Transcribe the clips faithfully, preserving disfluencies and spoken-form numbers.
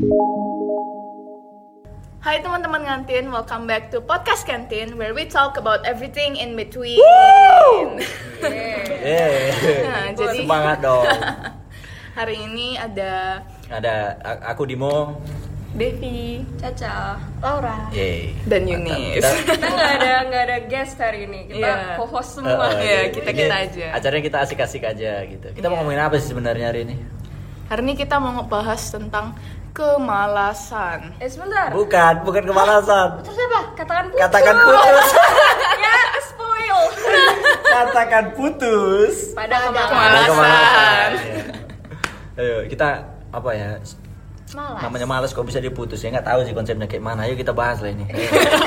Hai teman-teman ngantin, welcome back to Podcast Kantin where we talk about everything in between. Yeah. Nah, jadi semangat dong. Hari ini ada ada aku Dimo, Devi, Caca, Laura, Yeay. dan Yunis. Kita nggak ada nggak ada guest hari ini, kita yeah. co-host semua. Uh, uh, ya kita kita aja. Acaranya kita asik-asik aja gitu. Kita yeah. mau ngomongin apa sih sebenarnya hari ini? Hari ini kita mau ngebahas tentang kemalasan. Eh sebentar. Bukan, bukan kemalasan. Terus apa? Katakan putus. Katakan putus. Ya, spoil. Katakan putus. Pada kemalasan. kemalasan. Ya. Ayo kita apa ya? Malas. Namanya malas kok bisa diputus ya, nggak tahu sih konsepnya kayak mana. Ayo kita bahas lah ini.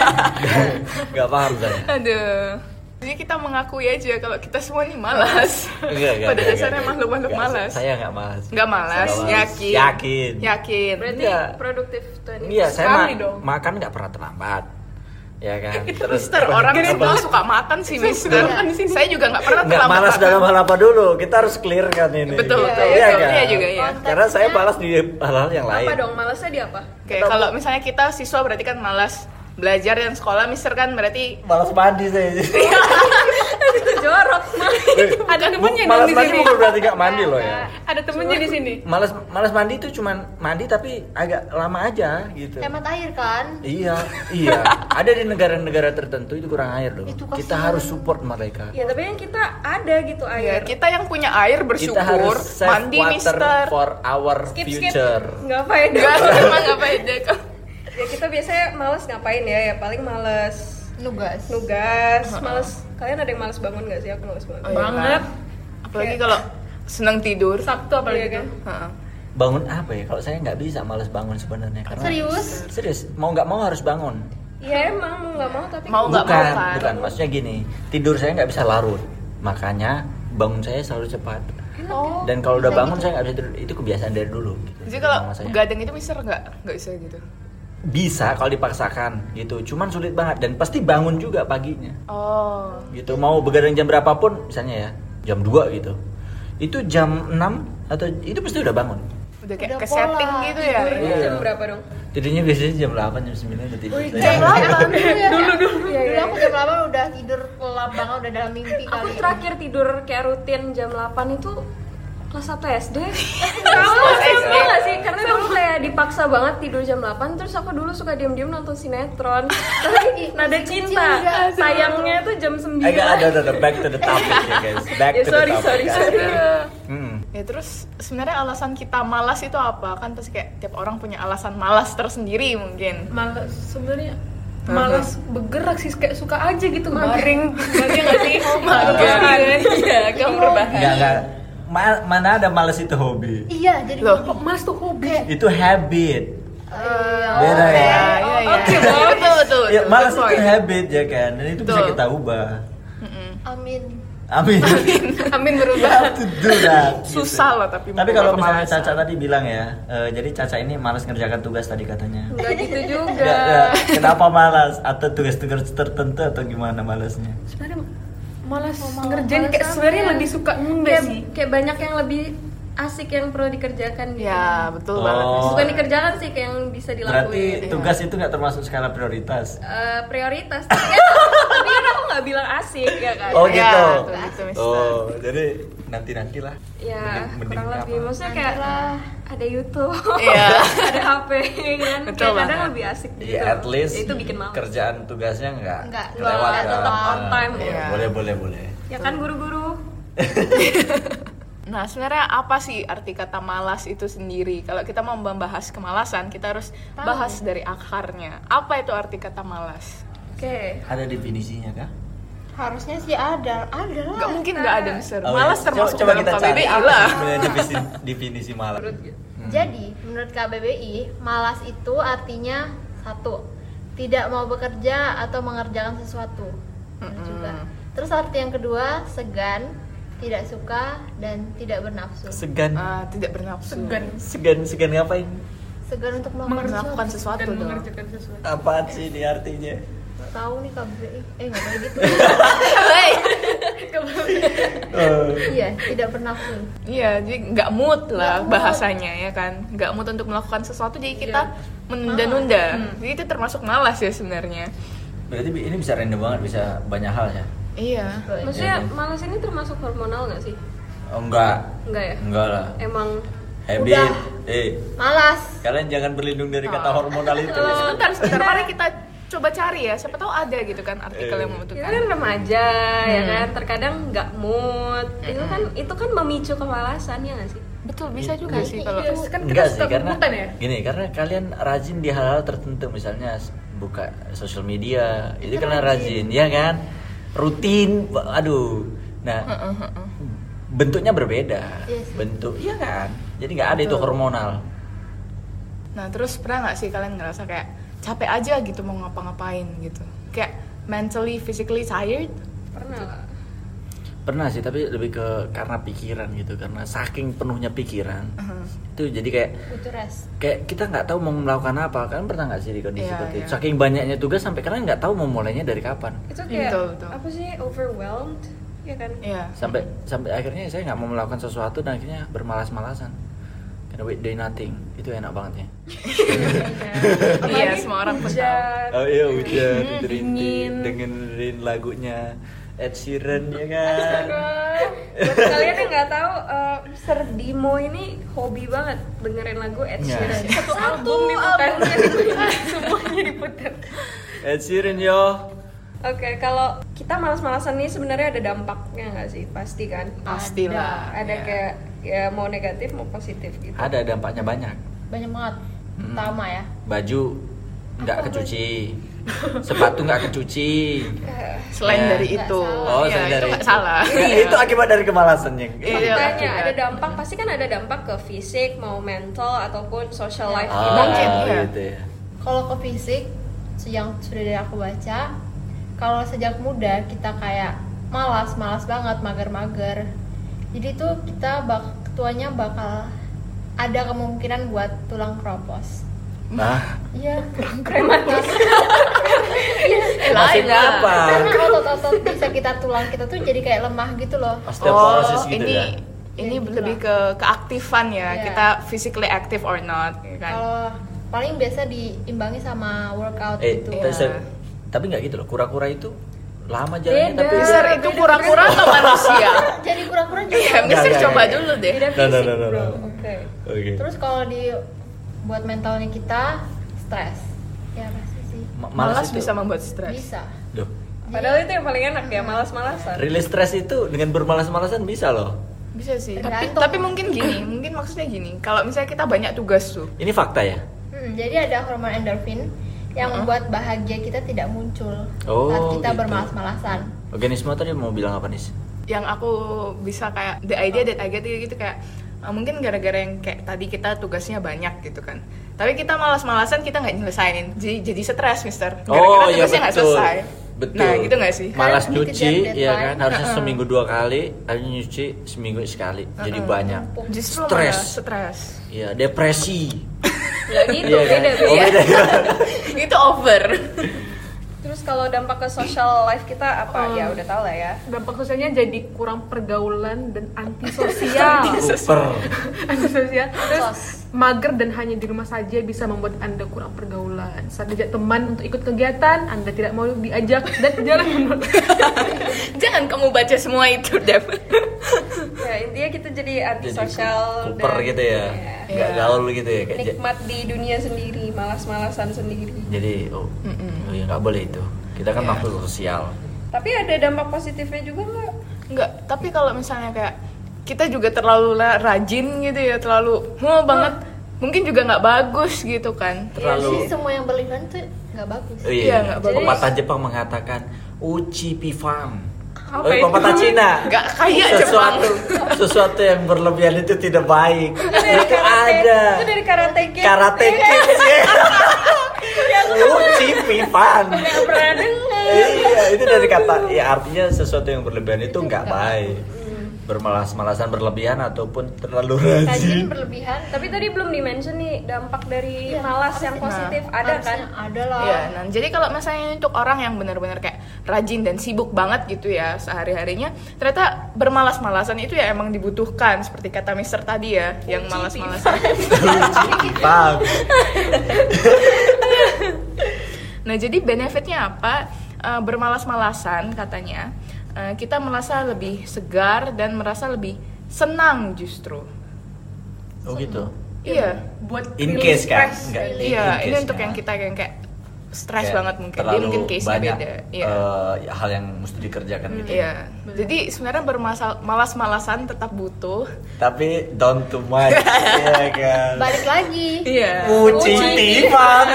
Nggak paham saya. Aduh. Jadi kita mengakui aja kalau kita semua nih malas. Enggak, enggak, Pada enggak, dasarnya enggak, makhluk-makhluk enggak, malas. Saya nggak malas. Nggak malas, Saya yakin. Yakin. Yakin. Berarti Iya. produktif tuh ini. Iya, saya ma- dong. makan nggak pernah terlambat. Ya kan. Terus mister, orang semua suka makan sih mister. Saya juga nggak pernah Nggak terlambat malas makan. dalam hal apa dulu? Kita harus clear kan ini. Betul, Gitu. betul. Iya Betul, kan? iya juga, iya. Karena saya malas di hal-hal yang lain. Apa dong? Malasnya di apa? Oke, kalau misalnya kita siswa berarti kan malas belajar dan sekolah, mister kan berarti Malas mandi saya. Jorok. ada temennya dong Malas di mandi sini. bukan berarti nggak mandi loh ya. Ada temennya di sini. Malas malas mandi itu cuman mandi tapi agak lama aja gitu. hemat air kan? Iya, iya. Ada di negara-negara tertentu itu kurang air loh. Itu Kita kasihan. harus support mereka. Ya tapi kan kita ada gitu Ya, air. kita yang punya air Kita bersyukur, harus save mandi water mister. for our skip skip. future. Nggak faedah. Enggak, emang nggak beda kok. Ya kita biasanya malas ngapain ya? Ya paling malas Nugas. nugas, malas. Kalian ada yang malas bangun nggak sih? Aku malas banget. Oh, iya, banget. Apalagi kalau senang tidur. Sabtu apalagi Iya kan? Heeh. Bangun apa ya? Kalau saya nggak bisa malas bangun sebenarnya. Karena Serius? Serius, mau nggak mau harus bangun. Ya emang mau nggak mau tapi Mau nggak bukan, mau kan? bukan. Maksudnya gini, tidur saya nggak bisa larut. Makanya bangun saya selalu cepat. Oh. Dan kalau udah bisa bangun gitu. saya nggak bisa tidur. Itu kebiasaan dari dulu. Gitu. Jadi kalau Sama saya. begadang itu mister nggak nggak bisa gitu. Bisa kalau dipaksakan gitu. Cuman sulit banget dan pasti bangun juga paginya. Oh. Gitu. Mau begadang jam berapapun, misalnya ya, jam dua gitu. Itu jam enam atau itu pasti udah bangun. Udah kayak Udah ke setting pola gitu ya. tidurnya Iya. jam berapa dong? Tidurnya biasanya jam delapan, jam sembilan udah tidur. Jam delapan dulu ya. Dulu dulu. Iya, Dulu iya. aku jam delapan udah tidur lelap banget, udah dalam mimpi Aku kali. terakhir tidur kayak rutin jam delapan itu kelas satu S D. Kamu S D nggak sih? Karena dulu kayak dipaksa banget tidur jam delapan. Terus aku dulu suka diam-diam nonton sinetron. Tapi nada cinta. juga. Sayangnya tuh jam Agak sembilan. ada ada ada, back to the topic ya guys. Back Ya, to sorry, the topic. sorry, sorry. Hmm. Ya terus sebenarnya alasan kita malas itu apa? Kan pasti kayak tiap orang punya alasan malas tersendiri mungkin. Malas sebenarnya malas bergerak sih, kayak suka aja gitu baring baring nggak sih? Oh, mager. Iya, kamu berbahaya. Enggak enggak. Ma- mana ada malas itu hobi? Iya, jadi Loh. Kok malas tuh hobi? Itu habit. Iya. Beda ya. Iya, iya, iya. Oke, betul, betul, betul. Ya, malas Good itu point. habit ya kan. Dan itu bisa Betul. kita ubah. Amin. Amin. Amin You berubah. have to do that. gitu. Susah loh tapi. Tapi mengubah kalau misalnya kemalasan. Caca tadi bilang ya, eh, jadi Caca ini malas ngerjakan tugas tadi katanya. Enggak gitu juga. Enggak, enggak. Kenapa malas? Atau tugas-tugas tertentu atau gimana malasnya? Sebenarnya malas malas- ngerjain malas kayak apa sebenarnya ya? lebih suka nunda Kayak, sih. kayak banyak yang lebih asik yang perlu dikerjakan gitu. Ya, betul Oh. banget. Bukan dikerjakan sih, kayak yang bisa Berarti dilakuin. tugas itu nggak termasuk skala prioritas. Eh, prioritas. Tapi kan, tapi kan aku nggak bilang asik ya kan. Oh Ya, gitu. betul, gitu, mister. Oh, jadi nanti-nantilah. Ya, Mending- mending kurang lebih. apa? Maksudnya kayak ada YouTube, Iya. ada H P kan. Betul Kayak kadang banget. lebih asik gitu. Iya, at least Ya, itu bikin malas. kerjaan tugasnya nggak Nggak, kelewat nggak, kan. tetap on time. Iya. Boleh, boleh, boleh. Ya kan guru-guru. Nah, sebenarnya apa sih arti kata malas itu sendiri? Kalau kita mau membahas kemalasan, kita harus bahas dari akarnya. Apa itu arti kata malas? Oke. Ada definisinya kah? Harusnya sih ada, ada lah. Gak mungkin gak ada, mister. Oh, Malas iya. termasuk coba, coba dalam kita K B cari B I apa lah. sih sebenarnya definisi, definisi malas. Hmm. Jadi, menurut K B B I, malas itu artinya satu, tidak mau bekerja atau mengerjakan sesuatu. Benar juga. Terus arti yang kedua, segan, tidak suka dan tidak bernafsu. Segan. Ah, tidak bernafsu. Segan. Segan, segan ngapain? Segan untuk melakukan sesuatu. Melakukan sesuatu Dan dong. mengerjakan sesuatu. Apaan sih ini artinya? Nggak tahu nih K B B I. Eh nggak boleh gitu. Hei. Iya, tidak pernah full. Iya, jadi nggak mood lah bahasanya ya kan, nggak mood untuk melakukan sesuatu, jadi kita menunda-nunda. Jadi itu termasuk malas ya sebenarnya. Berarti ini bisa random banget, bisa banyak hal ya. Iya. Maksudnya Iya. malas ini termasuk hormonal nggak sih? Oh, enggak. Enggak ya? Enggak lah. Emang Habit. Udah. Eh, Malas. kalian jangan berlindung dari kata Oh. hormonal itu. Sebentar, sebentar, mari kita coba cari ya, siapa tahu ada gitu kan artikel yang kita membutuhkan. kan remaja ya Hmm. kan, terkadang nggak mood. Itu kan itu kan memicu kemalasan ya nggak sih? Betul, bisa juga sih kalau Iya, kan kita Enggak suka sih, karena kebutuhan ya. gini, karena kalian rajin di hal-hal tertentu, misalnya buka sosial media, itu kalian rajin, ya kan? Rutin, aduh. Nah, bentuknya berbeda, Iya sih. bentuk, iya kan? Jadi nggak ada itu hormonal. Nah, terus pernah nggak sih kalian ngerasa kayak capek aja gitu mau ngapa-ngapain gitu? Kayak mentally, physically tired? Pernah lah. Pernah sih, tapi lebih ke karena pikiran gitu, karena saking penuhnya pikiran. Itu jadi kayak Butuh rest. kayak kita nggak tahu mau melakukan apa. Kalian pernah nggak sih di kondisi Iya, seperti iya. itu? Saking banyaknya tugas sampai kalian nggak tahu mau mulainya dari kapan. Itu Iya, kayak betul, betul. apa sih, overwhelmed ya kan? Iya. Sampai sampai akhirnya saya nggak mau melakukan sesuatu dan akhirnya bermalas-malasan. Karena wait doing nothing itu enak banget ya. Iya, semua orang pun tahu. Hujan. Oh iya hujan, dingin. dengerin lagunya Ed Sheeran ya kan. Astaga. Buat kalian yang nggak tahu, uh, Mister Dimo ini hobi banget dengerin lagu Ed Iya. Sheeran. Satu album diputar, semuanya diputar. Ed Sheeran yo. Oke, kalau kita malas-malasan nih sebenarnya ada dampaknya nggak sih? Pasti kan? Pastilah. Ada ya. kayak ya mau negatif mau positif gitu. Ada dampaknya banyak. Banyak banget. Hmm. Pertama ya. Baju nggak kecuci, sepatu nggak kecuci. Selain Ya. dari Nggak itu. salah. Oh, Iya, saya itu dari nggak salah. Nggak, Iya. itu akibat dari kemalasannya. Iya. Makanya ada dampak, pasti kan ada dampak ke fisik, mau mental ataupun social life Ah, kita. Mungkin, iya. gitu ya. Kalau ke fisik, yang sudah dari aku baca, kalau sejak muda kita kayak malas, malas banget, mager-mager. Jadi tuh kita bak ketuanya bakal ada kemungkinan buat tulang keropos. Nah, Iya, krematis. maksudnya apa? Karena otot-otot di sekitar tulang kita tuh jadi kayak lemah gitu loh. Osteoporosis Oh, gitu ini ya. ini Ya, gitu lebih lah. ke keaktifan ya. Iya. Kita physically active or not, ya kan? Kalau paling biasa diimbangi sama workout Eh, gitu. tapi Iya. se- tapi nggak gitu loh. Kura-kura itu lama jalannya Beda. tapi Mister, itu kura-kura atau manusia? Jadi kura-kura juga. Iya, Mister Nggak, coba nggak, dulu deh. Beda Nah, nah, fisik, nah, nah, bro. nah. Oke. Oke. Terus kalau di buat mentalnya kita stres. Ya pasti sih. Ma- Malas itu. bisa membuat stres. Bisa. Duh. Padahal itu yang paling enak ya, malas-malasan. Rilis stres itu dengan bermalas-malasan bisa loh. Bisa sih. Tapi, Tergantung. tapi mungkin gini, mungkin maksudnya gini. Kalau misalnya kita banyak tugas tuh, Ini fakta ya? Hmm, jadi ada hormon endorfin yang membuat bahagia kita tidak muncul Oh, saat kita gitu. bermalas-malasan. Oke, Nisma tadi mau bilang apa nih? yang aku bisa kayak the idea that I get gitu kayak uh, mungkin gara-gara yang kayak tadi kita tugasnya banyak gitu kan. Tapi kita malas-malasan kita nggak nyelesainin. Jadi jadi stres, Mister. Gara-gara Oh iya tugasnya nggak betul. selesai. Betul. Nah, gitu nggak sih? Malas Kan nyuci, dikejar ya deadline. kan? Harusnya seminggu dua kali, harusnya nyuci seminggu sekali. Jadi banyak. Justru Stres. malah stres. Iya, depresi. Nggak gitu, Iya kan? beda Oh, beda. beda ya. Itu over. Terus kalau dampak ke social life kita apa? Ya udah tau lah ya. Dampak sosialnya jadi kurang pergaulan dan antisosial. Super. Antisosial. Terus Sos. mager dan hanya di rumah saja bisa membuat Anda kurang pergaulan. Saat diajak teman untuk ikut kegiatan, Anda tidak mau diajak dan jarang menolak. Jangan kamu baca semua itu, Dev. Ya intinya kita jadi Jadi antisosial kuper dan- gitu ya. Iya. Nggak gaul gitu ya. Kayak ja- Nikmat di dunia sendiri, malas-malasan sendiri. Jadi, oh, oh ya nggak boleh itu. Kita kan Iya. makhluk sosial. Tapi ada dampak positifnya juga nggak? Enggak, tapi kalau misalnya kayak kita juga terlalu la- rajin gitu ya, terlalu mau banget, mungkin juga nggak bagus gitu kan. Terlalu. Iya sih, semua yang berlebihan tuh nggak bagus. Oh Iya, iya, nggak bagus. pepatah Jepang mengatakan uchi pifan. Apa Oh, itu? pepatah Cina. Nggak kayak sesuatu, sesuatu yang berlebihan itu tidak baik. Itu ada. Itu dari karate kid. Karate Kids ya. Uchi pifan. Nggak pernah dengar. Iya, itu dari kata ya artinya sesuatu yang berlebihan itu nggak baik. bermalas-malasan berlebihan ataupun terlalu Rajin rajin. berlebihan. Tapi tadi belum di-mention nih dampak dari Iya, malas apa yang sih? positif. Nah, ada kan? Harusnya ada lah. Iya, nah jadi kalau misalnya untuk orang yang benar-benar kayak rajin dan sibuk banget gitu ya sehari-harinya, ternyata bermalas-malasan itu ya emang dibutuhkan seperti kata Mister tadi ya, yang malas-malasan. Paham. Nah, jadi benefitnya apa? Uh, bermalas-malasan katanya uh, kita merasa lebih segar dan merasa lebih senang justru. Oh gitu. Iya. Buat In relief case kan? stress. Enggak. Iya, in ini case untuk kan. yang kita yang kayak stres Kayak banget mungkin. Dia terlalu mungkin case-nya banyak, beda. Iya. eh, hal yang mesti dikerjakan gitu. Iya. Jadi sebenarnya bermalas-malasan tetap butuh. Tapi don't too much. Iya kan. Balik lagi. Iya. Ucitipan.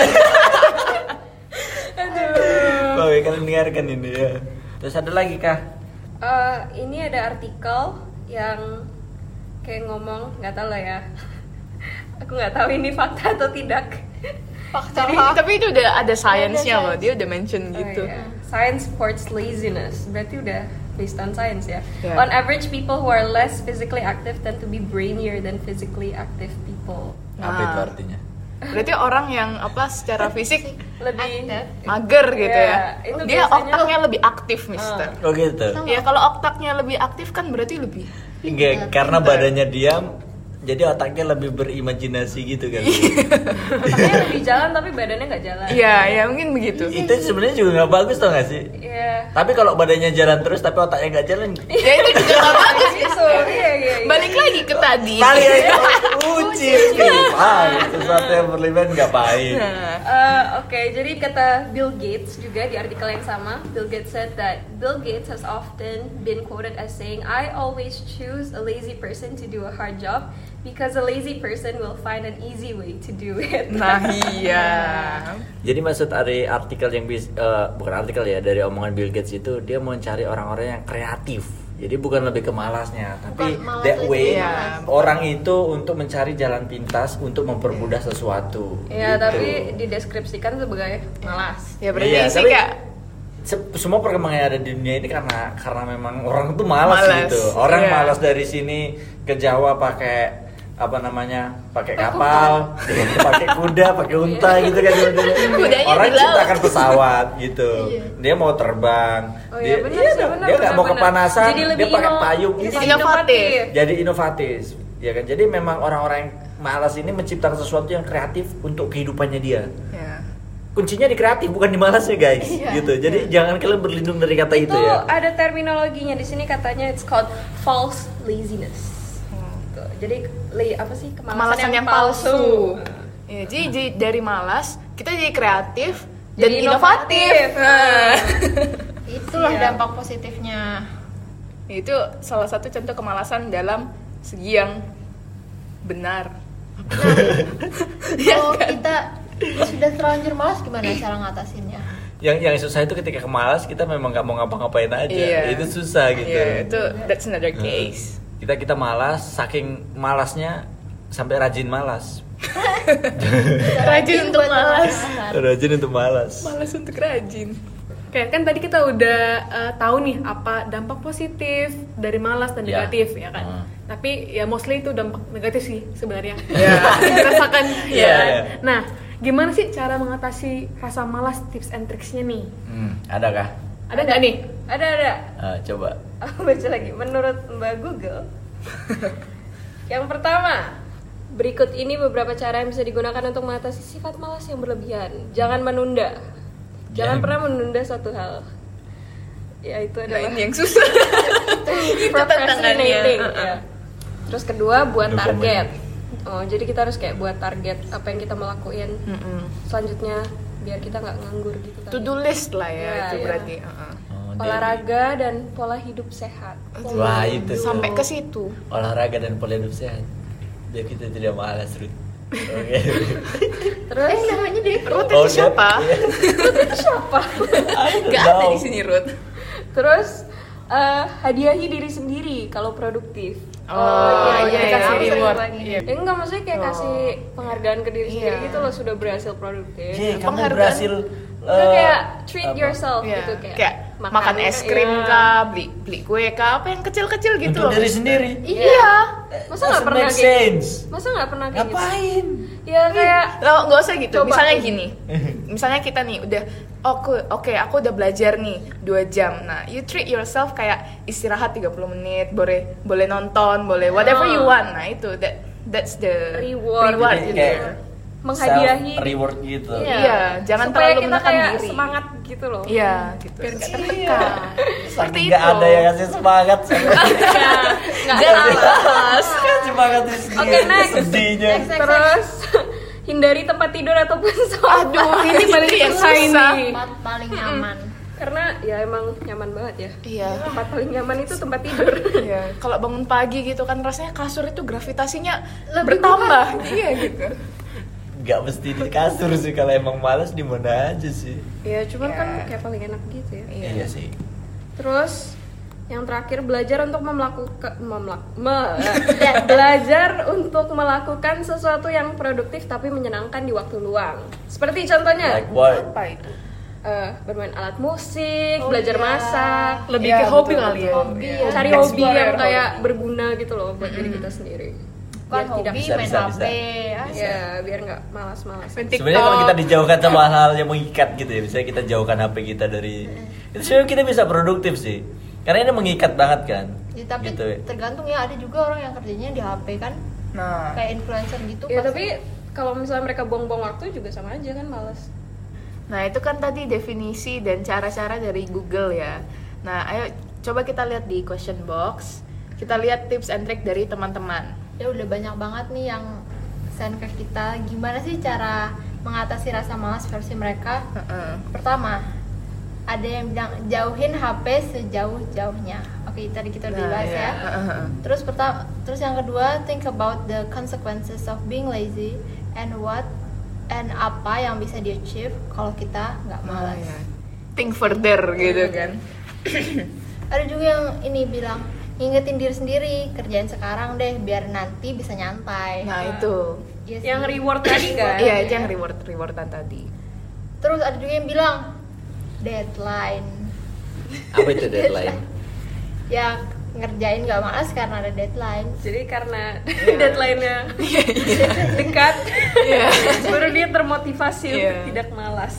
Aduh. Oke, kalian dengarkan ini ya. Terus ada lagi kah? Eh, ini ada artikel yang kayak ngomong, nggak tahu lah ya. Aku nggak tahu ini fakta atau tidak. Fakta Jadi, apa? tapi itu udah ada science-nya Ada loh. science. Dia udah mention Oh, gitu. iya. Science supports laziness. Berarti udah based on science ya. Yeah. On average, people who are less physically active tend to be brainier than physically active people. Apa itu Nah. artinya? Berarti orang yang apa secara fisik Lebih Aktif. mager gitu Iya, ya. itu Dia biasanya- otaknya lebih aktif, Mister. Oh gitu. Ya kalau otaknya lebih aktif kan berarti lebih. Enggak, karena badannya diam, jadi otaknya lebih berimajinasi gitu kan. otaknya lebih jalan tapi badannya nggak jalan. Iya, ya mungkin begitu. Itu sebenarnya juga nggak bagus tau gak sih? Iya. Tapi kalau badannya jalan terus tapi otaknya nggak jalan, Ya itu juga gak bagus Gitu. gitu. Iya, iya, iya. Balik lagi ke tadi. balik aja uji ah, sesuatu yang berlebihan nggak baik. Nah, Uh, Oke, jadi kata Bill Gates juga di artikel yang sama, Bill Gates said that Bill Gates has often been quoted as saying, "I always choose a lazy person to do a hard job because a lazy person will find an easy way to do it." nah iya. Jadi maksud dari artikel yang bis, eh, bukan artikel ya, dari omongan Bill Gates itu dia mau cari orang-orang yang kreatif. Jadi bukan lebih ke malasnya, tapi Bukan malas that itu, way iya. orang itu untuk mencari jalan pintas untuk mempermudah sesuatu. Ya, gitu. tapi dideskripsikan sebagai malas. Ya berarti Iya, sih tapi kayak se- semua perkembangan yang ada di dunia ini karena karena memang orang tuh malas, Malas, gitu. Orang iya. malas dari sini ke Jawa pakai apa namanya? Pakai kapal, pakai kuda, pakai unta gitu kan. Kudanya Orang di laut. ciptakan pesawat gitu. Iya. Dia mau terbang. Oh dia iya, benar iya sih, dong. benar, dia nggak benar, mau benar. kepanasan, Jadi dia lebih pakai ino- payung. jadi Inovatif. inovatif. Jadi inovatif. Ya kan. Jadi memang orang-orang yang malas ini menciptakan sesuatu yang kreatif untuk kehidupannya dia. ya. Kuncinya di kreatif bukan di malas ya guys. Iya. Gitu. Jadi jangan kalian berlindung dari kata itu, Itu ya. ada terminologinya di sini, katanya it's called false laziness. Tuh, jadi li- apa sih kemalasan, Kemalasan yang palsu. Ya, jadi, jadi dari malas kita jadi kreatif dan Jadi inovatif. inovatif. Nah. Itulah Iya. dampak positifnya. Itu salah satu contoh kemalasan dalam segi yang benar. Kalau kita sudah terlanjur malas, gimana cara ngatasinnya? Yang yang susah itu ketika kemalas kita memang nggak mau ngapa-ngapain aja. Iya. Itu susah gitu. Iya, itu that's another case. Kita kita malas, saking malasnya sampai rajin malas. Rajin untuk buat malas. kemalasan. Rajin untuk malas. Malas untuk rajin. Oke, kan tadi kita udah eh, tahu nih apa dampak positif dari malas dan Ya. negatif ya kan. Hmm. Tapi ya mostly itu dampak negatif sih sebenarnya. Ya. Yang dirasakan. Iya, ya. iya. Nah, gimana sih cara mengatasi rasa malas, tips and tricksnya nih? Hmm, ada kah? Ada nggak nih? Ada ada. Ah, coba. Aku baca lagi. Menurut Mbak Google, yang pertama, berikut ini beberapa cara yang bisa digunakan untuk mengatasi sifat malas yang berlebihan. Jangan menunda. Jangan Jangan. pernah menunda suatu hal. Ya itu Nah, adalah ini yang susah. Itu tantangannya. procrastinating, Uh-uh. ya. Terus kedua, buat No target. Oh, jadi kita harus kayak buat target apa yang kita mau lakuin Mm-mm. selanjutnya biar kita nggak nganggur gitu kan. To do list lah ya, Iya, itu iya. berarti. uh-uh. Oh, jadi Olahraga dan pola hidup sehat. Wah, itu tuh. Sampai ke situ. olahraga dan pola hidup sehat. Biar kita tidak malas, Ruth. Oke. Terus Eh namanya deh. Ruth Oh, itu siapa? siapa? Gak ada di sini Ruth. Terus eh, hadiahi diri sendiri kalau produktif. Oh, iya, iya, iya, kasih iya. reward. Iya. Ya, enggak, maksudnya kayak Oh. kasih penghargaan ke diri sendiri Iya. gitu loh, sudah berhasil produktif. Ye, kamu Penghargaan. berhasil Enggak, eh, kayak treat apa? yourself Iya, gitu kayak, kayak Makan makan ya, es krim iya. kah, beli beli kue kah, apa yang kecil-kecil gitu Untuk loh. diri sendiri. Iya. Masa nggak Doesn't pernah make kayak sense. Masa nggak pernah kayak gitu? Ngapain? Ya kayak Lo nggak usah gitu. Coba. Misalnya gini, misalnya kita nih udah oke oke aku udah belajar nih dua jam. Nah, you treat yourself kayak istirahat tiga puluh menit, boleh boleh nonton, boleh whatever you want. Nah itu that that's the Reward. reward Jadi gitu. kayak menghadiahi self reward gitu. Iya. Iya, jangan supaya terlalu kita menekan kayak diri. semangat gitu loh. Iya, gitu. Biar nggak tertekan. Seperti itu. Nggak ada yang ngasih semangat sama Iya, nggak Jangan salah. malas. semangat itu sendiri. Oke, next. Sedihnya. Next, next, Terus hindari tempat tidur ataupun sofa. Aduh, ini paling yang susah susah. ini. tempat paling nyaman. Karena ya emang nyaman banget ya. Iya. Tempat paling nyaman itu tempat tidur. Iya, kalau bangun pagi gitu kan rasanya kasur itu gravitasinya Lebih bertambah. Iya gitu. Nggak mesti di kasur sih, kalau emang males di mana aja sih. Ya cuman Iya. kan kayak paling enak gitu ya. Iya sih. Terus yang terakhir belajar untuk melakukan memlak, me- belajar untuk melakukan sesuatu yang produktif tapi menyenangkan di waktu luang. Seperti contohnya Like what? Apa itu? eh, bermain alat musik, Oh, belajar iya. masak, Lebih Iya, ke hobi betul, kali ya. betul. Hobi Iya. ya. cari Explore hobi yang hobi. kayak berguna gitu loh buat diri kita sendiri. Bukan Biar tidak hobi, bisa, main bisa, H P. bisa. ah, ya biar nggak malas-malas. Sebenarnya kalau kita dijauhkan sama hal-hal yang mengikat gitu ya, misalnya kita jauhkan H P kita dari itu, sebenarnya kita bisa produktif sih. Karena ini mengikat banget kan. Ya, tapi gitu. tergantung ya, ada juga orang yang kerjanya di H P kan, Nah, kayak influencer gitu. Ya pasti- tapi kalau misalnya mereka buang-buang waktu juga sama aja kan malas. nah itu kan tadi definisi dan cara-cara dari Google ya. Nah, ayo coba kita lihat di question box. Kita lihat tips and trick dari teman-teman. ya udah banyak banget nih yang send ke kita gimana sih cara mengatasi rasa malas versi mereka. Heeh. Pertama, ada yang bilang jauhin H P sejauh-jauhnya. Oke, tadi kita udah Nah, bahas iya. ya. Heeh, heeh. Terus pertama, terus yang kedua, think about the consequences of being lazy and what and apa yang bisa di achieve kalau kita nggak Nah, malas. ya. Think further gitu kan. Ada juga yang ini bilang ngingetin diri sendiri, kerjain sekarang deh biar nanti bisa nyantai. Nah, itu. Iya sih. Yang reward tadi kan. Iya, itu yang reward rewardan tadi. Terus ada juga yang bilang deadline. Apa itu deadline? Ya ngerjain nggak malas karena ada deadline. Jadi karena deadline-nya dekat, Iya. baru dia termotivasi Iya. untuk tidak malas.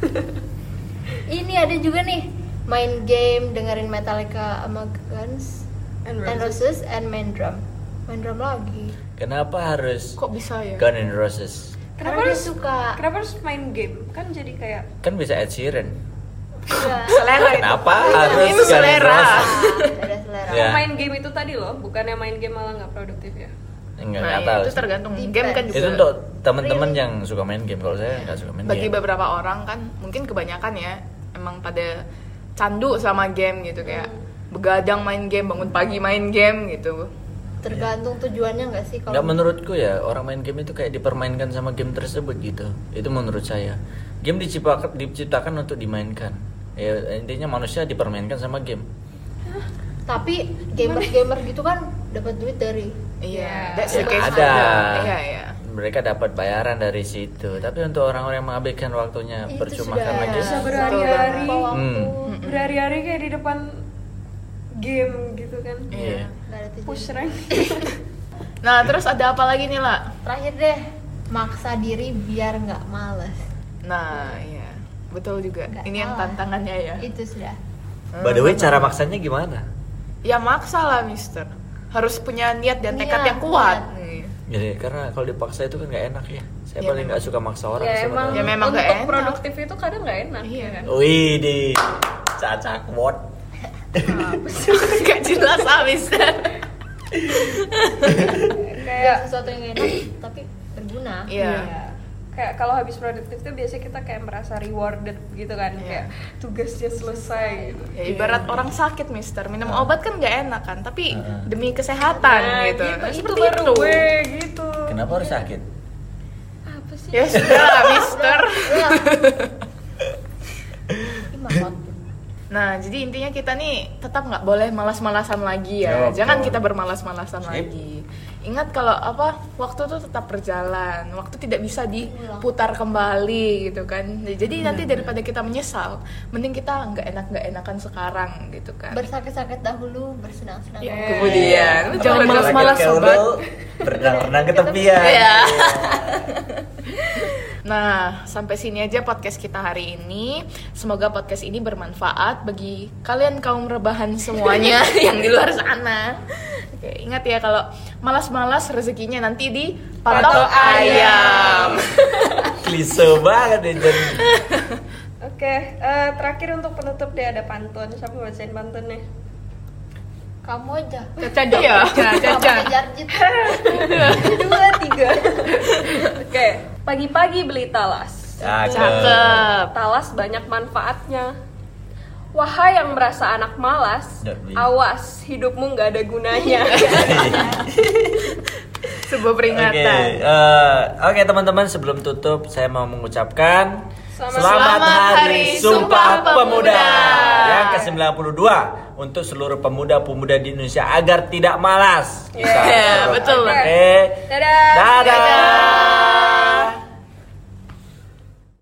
Ini ada juga nih main game, dengerin Metallica sama Guns And and Roses. Roses and main drum. Main drum lagi. Kenapa harus Kok bisa ya? Gun and Roses? Kenapa Karena dia harus suka. Kenapa harus main game? Kan jadi kayak Kan bisa Ed Sheeran. Iya. Selera itu. Kenapa Itu harus Gun and selera. Roses? Ada selera. Ya. main game itu tadi loh, bukannya main game malah nggak produktif ya? Enggak, Nah, enggak tahu. itu sih. tergantung. Depends. Game kan juga. Itu untuk teman-teman Really? yang suka main game. Kalau saya nggak suka main Bagi game. beberapa orang kan, mungkin kebanyakan ya, emang pada candu sama game gitu, kayak begadang main game, bangun pagi main game gitu. Tergantung tujuannya nggak sih kalau Nggak, menurutku ya, orang main game itu kayak dipermainkan sama game tersebut gitu. Itu menurut saya. Game diciptakan diciptakan untuk dimainkan. Ya intinya manusia dipermainkan sama game. tapi gamer-gamer gitu kan dapat duit dari Iya, Ya, that's Ya, the case ada. juga. Iya, iya. Mereka dapat bayaran dari situ. Tapi untuk orang-orang yang menghabiskan waktunya Itu percuma sudah karena game. Bisa berhari-hari. apa waktu Hmm. Berhari-hari kayak di depan game gitu kan. Iya. nggak ada tujuan. Push rank. Nah, terus ada apa lagi nih, La? Terakhir deh, maksa diri biar nggak males. Nah, iya. Betul juga. Nggak Ini yang salah. tantangannya ya. Itu sudah. By the way, cara maksanya gimana? Ya maksa lah, Mister. Harus punya niat dan tekad Niat, yang kuat. niat. Nih. Jadi karena kalau dipaksa itu kan nggak enak ya. Saya Ya, paling nggak suka maksa orang Ya emang, sebenarnya. Ya, memang nggak untuk enak. produktif itu kadang nggak enak. Iya. ya kan? Wih di cacak what? Gak jelas ah, Mister. Nggak Kayak sesuatu yang enak tapi berguna. Iya. Iya. Kayak kalau habis produktif tuh biasanya kita kayak merasa rewarded gitu kan, Iya. kayak tugasnya selesai gitu. Ya, ibarat orang sakit, Mister. Minum obat kan nggak enak kan, tapi Heeh. demi kesehatan Nah, gitu. Nah, itu seperti baru itu. gue gitu. Kenapa harus sakit? Apa sih? Ya sudah lah, Mister. Lima waktu. Nah, jadi intinya kita nih tetap nggak boleh malas-malasan lagi ya. Oke. Jangan kita bermalas-malasan Sip. lagi. ingat kalau apa waktu tuh tetap berjalan, waktu tidak bisa diputar kembali gitu kan. Jadi nanti daripada kita menyesal, mending kita nggak enak nggak enakan sekarang gitu kan. Bersakit-sakit dahulu, bersenang-senang. Yeah. Kemudian Jangan malas-malas, sobat. Berenang-renang ke tepian. Iya. Nah, sampai sini aja podcast kita hari ini. Semoga podcast ini bermanfaat bagi kalian kaum rebahan semuanya yang di luar sana. Oke, ingat ya kalau malas-malas rezekinya nanti di patok ayam. Klise banget ya jadi. Oke, eh, terakhir untuk penutup deh ada pantun. Siapa bacain pantunnya? Kamu aja. Caca deh ya. Caca. Kamu Jarjit. Dua, tiga. Oke, pagi-pagi beli talas. Cakep. Talas banyak manfaatnya. Wahai yang merasa anak malas, Nggak beli. awas hidupmu nggak ada gunanya. Sebuah Oke, peringatan. eh, oke teman-teman, sebelum tutup saya mau mengucapkan Selamat- Selamat, Selamat Hari Hari Sumpah Sumpah Pemuda, Pemuda. yang ke sembilan puluh dua untuk seluruh pemuda-pemuda di Indonesia agar tidak malas. Yeah. Bisa. Yeah, betul. Oke. Dadah. Dadah.